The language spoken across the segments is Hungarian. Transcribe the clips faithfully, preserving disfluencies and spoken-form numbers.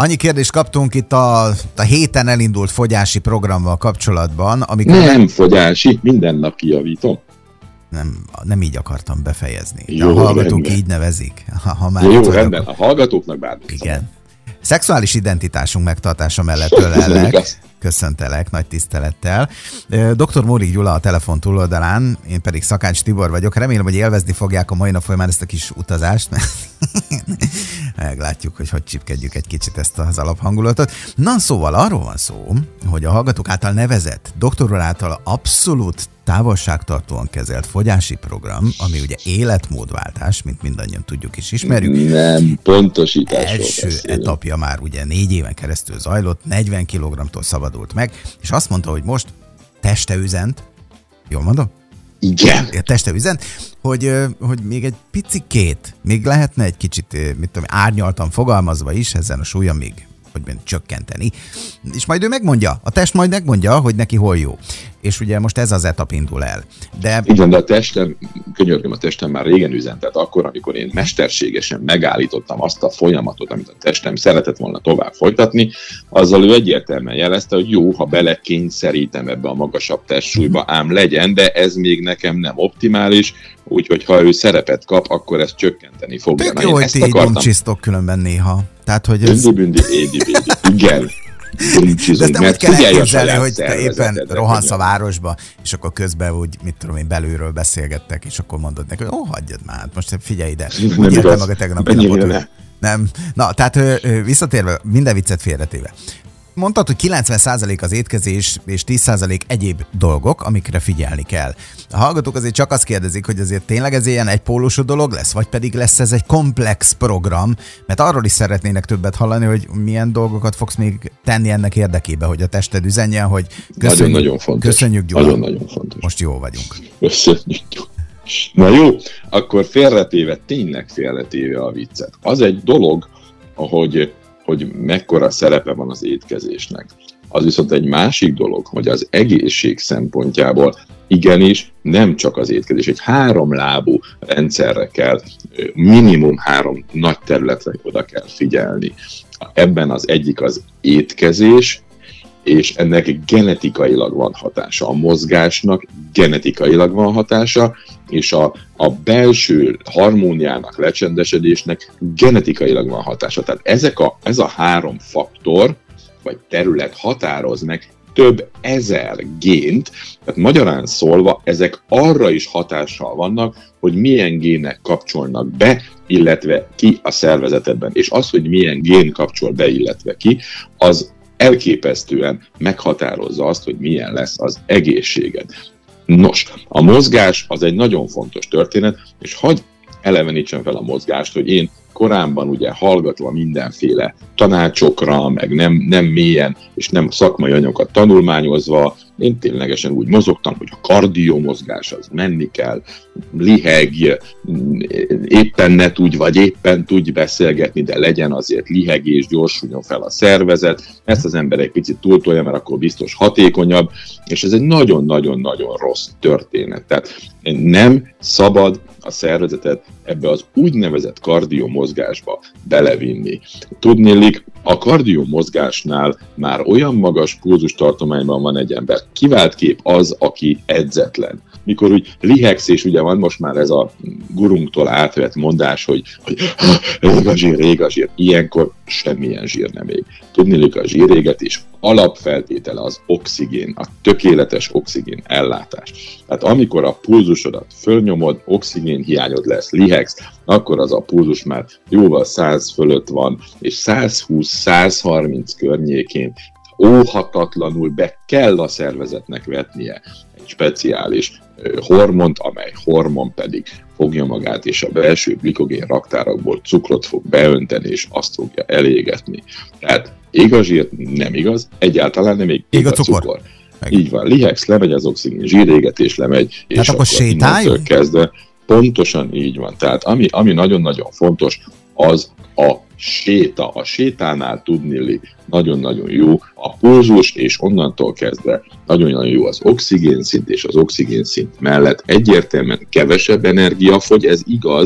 Annyi kérdést kaptunk itt a, a héten elindult fogyási programmal kapcsolatban, amikor... Nem meg... fogyási, minden nap kijavítom. Nem, nem így akartam befejezni. Jó, a hallgatók rendben. így nevezik. Ha, ha már Jó, itt rendben. vagyok. A hallgatóknak bármit. Igen. Szexuális identitásunk megtartása mellett ölellek. Köszöntelek, nagy tisztelettel. doktor Mórik Gyula a telefon túloldalán, én pedig Szakács Tibor vagyok. Remélem, hogy élvezni fogják a mai nap folyamán ezt a kis utazást, mert meglátjuk, hogy hogy csipkedjük egy kicsit ezt az alaphangulatot. Na, szóval arról van szó, hogy a hallgatók által nevezett, doktor által abszolút távolságtartóan kezelt fogyási program, ami ugye életmódváltás, mint mindannyian tudjuk és ismerjük. Nem, pontosításról Első beszélünk. etapja már ugye négy éven keresztül zajlott, negyven kilogramtól szabadult meg, és azt mondta, hogy most teste üzent, jól mondom? Igen. Teste üzent, hogy, hogy még egy picikét, még lehetne egy kicsit, mit tudom, árnyaltan fogalmazva is, ezen a súlya még, hogy benne csökkenteni. És majd ő megmondja, a test majd megmondja, hogy neki hol jó. És ugye most ez az etap indul el. De... Igen, de a testem, könyörgöm, a testem már régen üzent, tehát akkor, amikor én mesterségesen megállítottam azt a folyamatot, amit a testem szeretett volna tovább folytatni, azzal ő egyértelműen jelezte, hogy jó, ha belekényszerítem ebbe a magasabb testsúlyba, ám legyen, de ez még nekem nem optimális, úgyhogy ha ő szerepet kap, akkor ezt csökkenteni fogja. Tök jó, hogy ti így dumcsisztok különben néha. Tehát, hogy ez... Bündi-bündi, édi-bédi. Igen. De nem úgy kell elképzelni, hogy te éppen rohansz a városba, és akkor közben úgy, mit tudom én, belülről beszélgettek, és akkor mondod neki, hogy ó, hagyjad már, most figyelj ide. Úgy értem meg a tegnapi napot. Nem. Na, tehát visszatérve, minden viccet félretéve. Mondtad, hogy kilencven százalék az étkezés, és tíz százalék egyéb dolgok, amikre figyelni kell. A hallgatók azért csak azt kérdezik, hogy azért tényleg ez ilyen egypólusú dolog lesz, vagy pedig lesz ez egy komplex program, mert arról is szeretnének többet hallani, hogy milyen dolgokat fogsz még tenni ennek érdekében, hogy a tested üzenjen, hogy köszönjük, nagyon-nagyon fontos. Köszönjük Gyula. Nagyon-nagyon fontos. Most jó vagyunk. Köszönjük. Na jó, akkor félretéve, tényleg félretéve a viccet. Az egy dolog, ahogy hogy mekkora szerepe van az étkezésnek. Az viszont egy másik dolog, hogy az egészség szempontjából igenis nem csak az étkezés, egy háromlábú rendszerre kell, minimum három nagy területre oda kell figyelni. Ebben az egyik az étkezés, és ennek genetikailag van hatása. A mozgásnak genetikailag van hatása, és a, a belső harmóniának, lecsendesedésnek genetikailag van hatása. Tehát ezek a, ez a három faktor, vagy terület határoz meg több ezer gént, tehát magyarán szólva ezek arra is hatással vannak, hogy milyen gének kapcsolnak be, illetve ki a szervezetedben. És az, hogy milyen gén kapcsol be, illetve ki, az elképesztően meghatározza azt, hogy milyen lesz az egészséged. Nos, a mozgás az egy nagyon fontos történet, és hadd elevenítsem fel a mozgást, hogy én korábban ugye hallgatva mindenféle tanácsokra, meg nem, nem mélyen és nem szakmai anyagokat tanulmányozva, én ténylegesen úgy mozogtam, hogy a kardiomozgás az menni kell, lihegj, éppen ne tudj, vagy éppen tudj beszélgetni, de legyen azért lihegés, gyorsuljon fel a szervezet, ezt az ember egy picit túltolja, mert akkor biztos hatékonyabb, és ez egy nagyon-nagyon-nagyon rossz történet. Tehát nem szabad a szervezetet ebbe az úgynevezett kardiomozgásba belevinni. Tudnélik, a kardiomozgásnál már olyan magas pulzustartományban van egy ember. Kivált kép az, aki edzetlen. Mikor úgy lihegsz, és ugye van most már ez a gurunktól átvett mondás, hogy, hogy rég a zsír, rég a zsír. Ilyenkor semmilyen zsír nem ég. Tudnélik, a zsírégetés alapfeltétele az oxigén, a tökéletes oxigén ellátás. Tehát amikor a pulzusodat fölnyomod, oxigén hiányod lesz, lihegsz, akkor az a pulzus már jóval száz fölött van, és százhúsz-százharminc környékén óhatatlanul be kell a szervezetnek vetnie egy speciális hormont, amely hormon pedig fogja magát, és a belső glikogén raktárakból cukrot fog beönteni, és azt fogja elégetni. Tehát ég a zsír, nem igaz, egyáltalán nem ég, ég a cukor. cukor. Így van, lihegsz, lemegy az oxigén, zsírégetés lemegy, és akkor sétáljunk? Kezdve pontosan így van. Tehát ami, ami nagyon-nagyon fontos, az a séta. A sétánál tudni nagyon-nagyon jó a pulzus, és onnantól kezdve nagyon-nagyon jó az oxigénszint, és az oxigénszint mellett egyértelműen kevesebb energia fogy, ez igaz,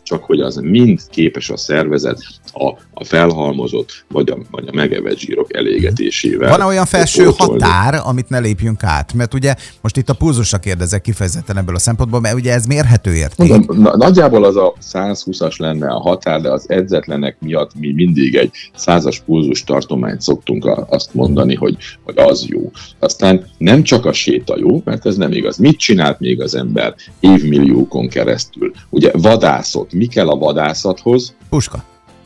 csak hogy az mind képes a szervezet a, a felhalmozott, vagy a, vagy a megevett zsírok elégetésével. Van olyan felső határ, amit ne lépjünk át? Mert ugye most itt a pulzusra kérdezek kifejezetten ebből a szempontból, mert ugye ez mérhető érték. Mondom, na, nagyjából az a száz húszas lenne a határ, de az edzetlenek miatt mi mindig egy százas pulzus tartományt szoktunk a, azt mondani, hogy, hogy az jó. Aztán nem csak a séta jó, mert ez nem igaz. Mit csinált még az ember évmilliókon keresztül? Ugye vadászott. Mi kell a vadászathoz? Puska.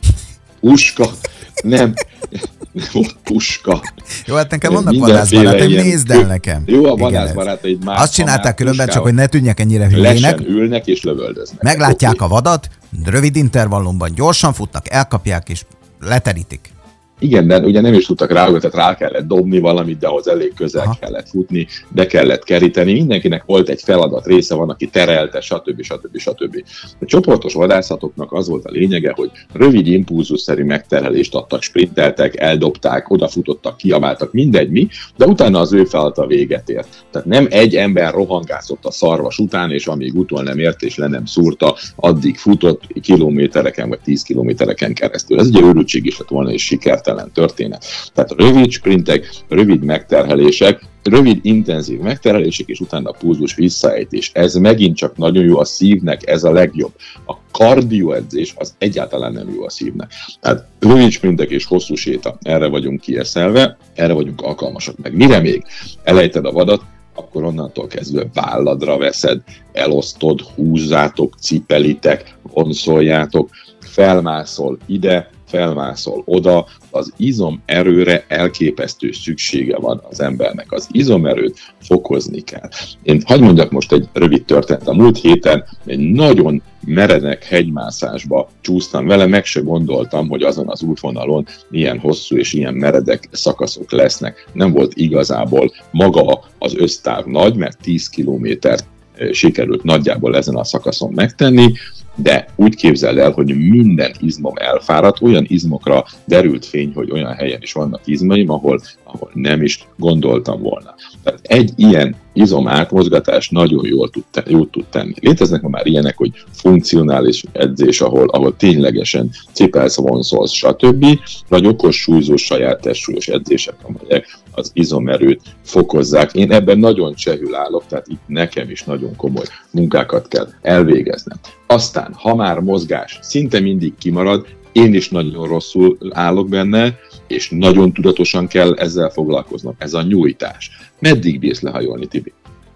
Puska? Nem. Nem volt puska. Jó, hát nekem vannak vadászbarátaim, nézd el nekem. Jó, a vadászbarátaid már... Azt csinálták különben, csak hogy ne tűnjek ennyire hülyének. Lesen ülnek és lövöldöznek. Meglátják okay. a vadat, rövid intervallumban gyorsan futnak, elkapják és leterítik. Igen, de ugye nem is tudtak rá, tehát rá kellett dobni valamit, de ahhoz elég közel Aha. kellett futni, be kellett keríteni. Mindenkinek volt egy feladat része, van, aki terelte, stb. stb. stb. A csoportos vadászatoknak az volt a lényege, hogy rövid impulzusszerű megterhelést adtak, sprinteltek, eldobták, odafutottak, kiabáltak, mindegy mi, de utána az ő feladata véget ért. Tehát nem egy ember rohangászott a szarvas után, és amíg utol nem ért és le nem szúrta, addig futott kilométereken vagy tíz kilométereken keresztül. Ez ugye őrültség is lett volna, és sikertelen történet. Tehát rövid sprintek, rövid megterhelések, rövid intenzív megterhelések, és utána a pulzus visszaejtés. Ez megint csak nagyon jó a szívnek, ez a legjobb. A kardioedzés az egyáltalán nem jó a szívnek. Tehát rövid sprintek és hosszú séta, erre vagyunk kieszelve, erre vagyunk alkalmasak. Meg mire még elejted a vadat, akkor onnantól kezdve válladra veszed, elosztod, húzzátok, cipelitek, vonszoljátok, felmászol ide, felmászol oda, az izomerőre elképesztő szüksége van az embernek. Az izomerőt fokozni kell. Én hadd mondjak most egy rövid történetet. A múlt héten egy nagyon meredek hegymászásba csúsztam vele, meg se gondoltam, hogy azon az útvonalon ilyen hosszú és ilyen meredek szakaszok lesznek. Nem volt igazából maga az össztáv nagy, mert tíz kilométert sikerült nagyjából ezen a szakaszon megtenni, de úgy képzeld el, hogy minden izmom elfáradt, olyan izmokra derült fény, hogy olyan helyen is vannak izmaim, ahol, ahol nem is gondoltam volna. Tehát egy ilyen izom átmozgatás nagyon jól tud, te, jól tud tenni. Léteznek ma már ilyenek, hogy funkcionális edzés, ahol, ahol ténylegesen cipelsz, vonszolsz, stb. Vagy okos súlyzós, saját testsúlyos edzések, amelyek az izomerőt fokozzák. Én ebben nagyon csehül állok, tehát itt nekem is nagyon komoly munkákat kell elvégeznem. Aztán, ha már mozgás szinte mindig kimarad, én is nagyon rosszul állok benne, és nagyon tudatosan kell ezzel foglalkoznom. Ez a nyújtás. Meddig bírsz lehajolni, Tibi?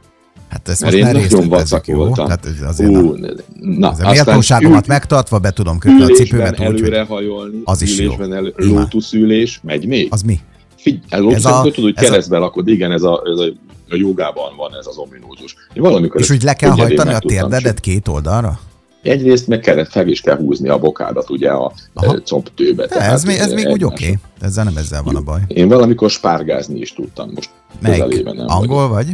Hát ezt most ne részletezzük, jó? Hát ez azért Ú, na, na, ez a méltóságomat ül, megtartva be tudom kötni a cipőmet. Előre úgy, hajolni, az is jó. Elő, lótuszülés, megy még? Az mi? Figyelj, lótuszülés, tudod, hogy keresztbe lakod, igen, ez a, ez a, a jogában van ez az ominózus. És úgy le kell hajtani a térdedet két oldalra? Egyrészt meg kellett, fel is kell húzni a bokádat ugye a combtőbe. Ez, még, ez még úgy oké, okay. Ezzel nem ezzel van a baj. Én valamikor spárgázni is tudtam, most közelében nem angol vagy?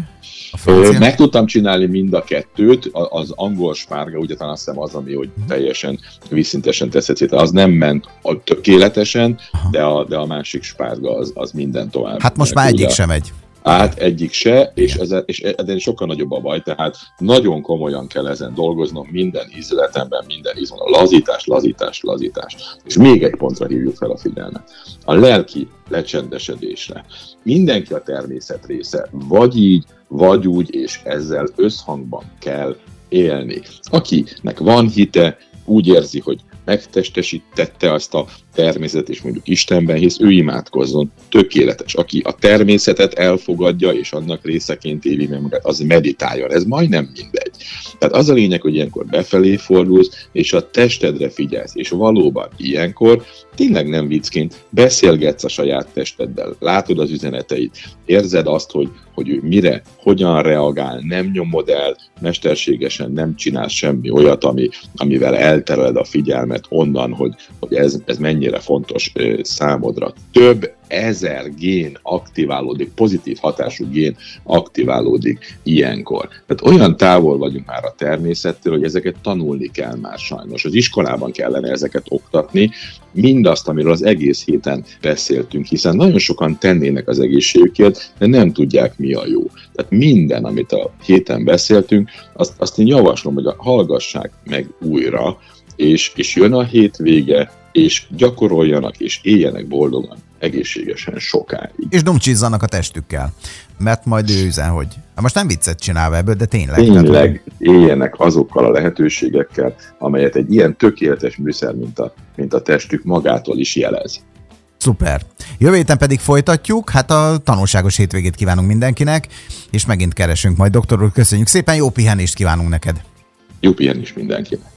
Ö, meg tudtam csinálni mind a kettőt, az angol spárga, ugye talán azt hiszem az, ami hogy teljesen vízszintesen teszed szét, az nem ment a tökéletesen, de a, de a másik spárga az, az minden tovább. Hát most már egyik sem megy. Hát egyik se, és, ez, és ezen sokkal nagyobb a baj, tehát nagyon komolyan kell ezen dolgoznom minden ízletemben, minden izmon. Lazítás, lazítás, lazítás. És még egy pontra hívjuk fel a figyelmet. A lelki lecsendesedésre. Mindenki a természet része, vagy így, vagy úgy, és ezzel összhangban kell élni. Akinek van hite, úgy érzi, hogy megtestesítette azt a természet, és mondjuk Istenben hisz, ő imádkozzon, tökéletes. Aki a természetet elfogadja, és annak részeként éli meg magát, az meditáljon. Ez majdnem mindegy. Tehát az a lényeg, hogy ilyenkor befelé fordulsz, és a testedre figyelsz, és valóban ilyenkor tényleg nem viccként beszélgetsz a saját testeddel, látod az üzeneteit, érzed azt, hogy, hogy ő mire, hogyan reagál, nem nyomod el, mesterségesen nem csinálsz semmi olyat, ami, amivel eltereled a figyelmet onnan, hogy, hogy ez, ez mennyire fontos ö, számodra. Több ezer gén aktiválódik, pozitív hatású gén aktiválódik ilyenkor. Tehát olyan távol vagyunk már a természettől, hogy ezeket tanulni kell már sajnos. Az iskolában kellene ezeket oktatni, mindazt, amiről az egész héten beszéltünk, hiszen nagyon sokan tennének az egészségükért, de nem tudják, mi a jó. Tehát minden, amit a héten beszéltünk, azt, azt én javaslom, hogy hallgassák meg újra, és, és jön a hétvége, és gyakoroljanak, és éljenek boldogan, egészségesen sokáig. És dumcsizzanak a testükkel, mert majd ő üzen, hogy most nem viccet csinálva ebből, de tényleg. Tényleg tehát, éljenek azokkal a lehetőségekkel, amelyet egy ilyen tökéletes műszer, mint a, mint a testük magától is jelez. Szuper. Jövő héten pedig folytatjuk, hát a tanulságos hétvégét kívánunk mindenkinek, és megint keresünk majd. Doktor úr, köszönjük szépen, jó pihenést kívánunk neked. Jó pihenést mindenkinek.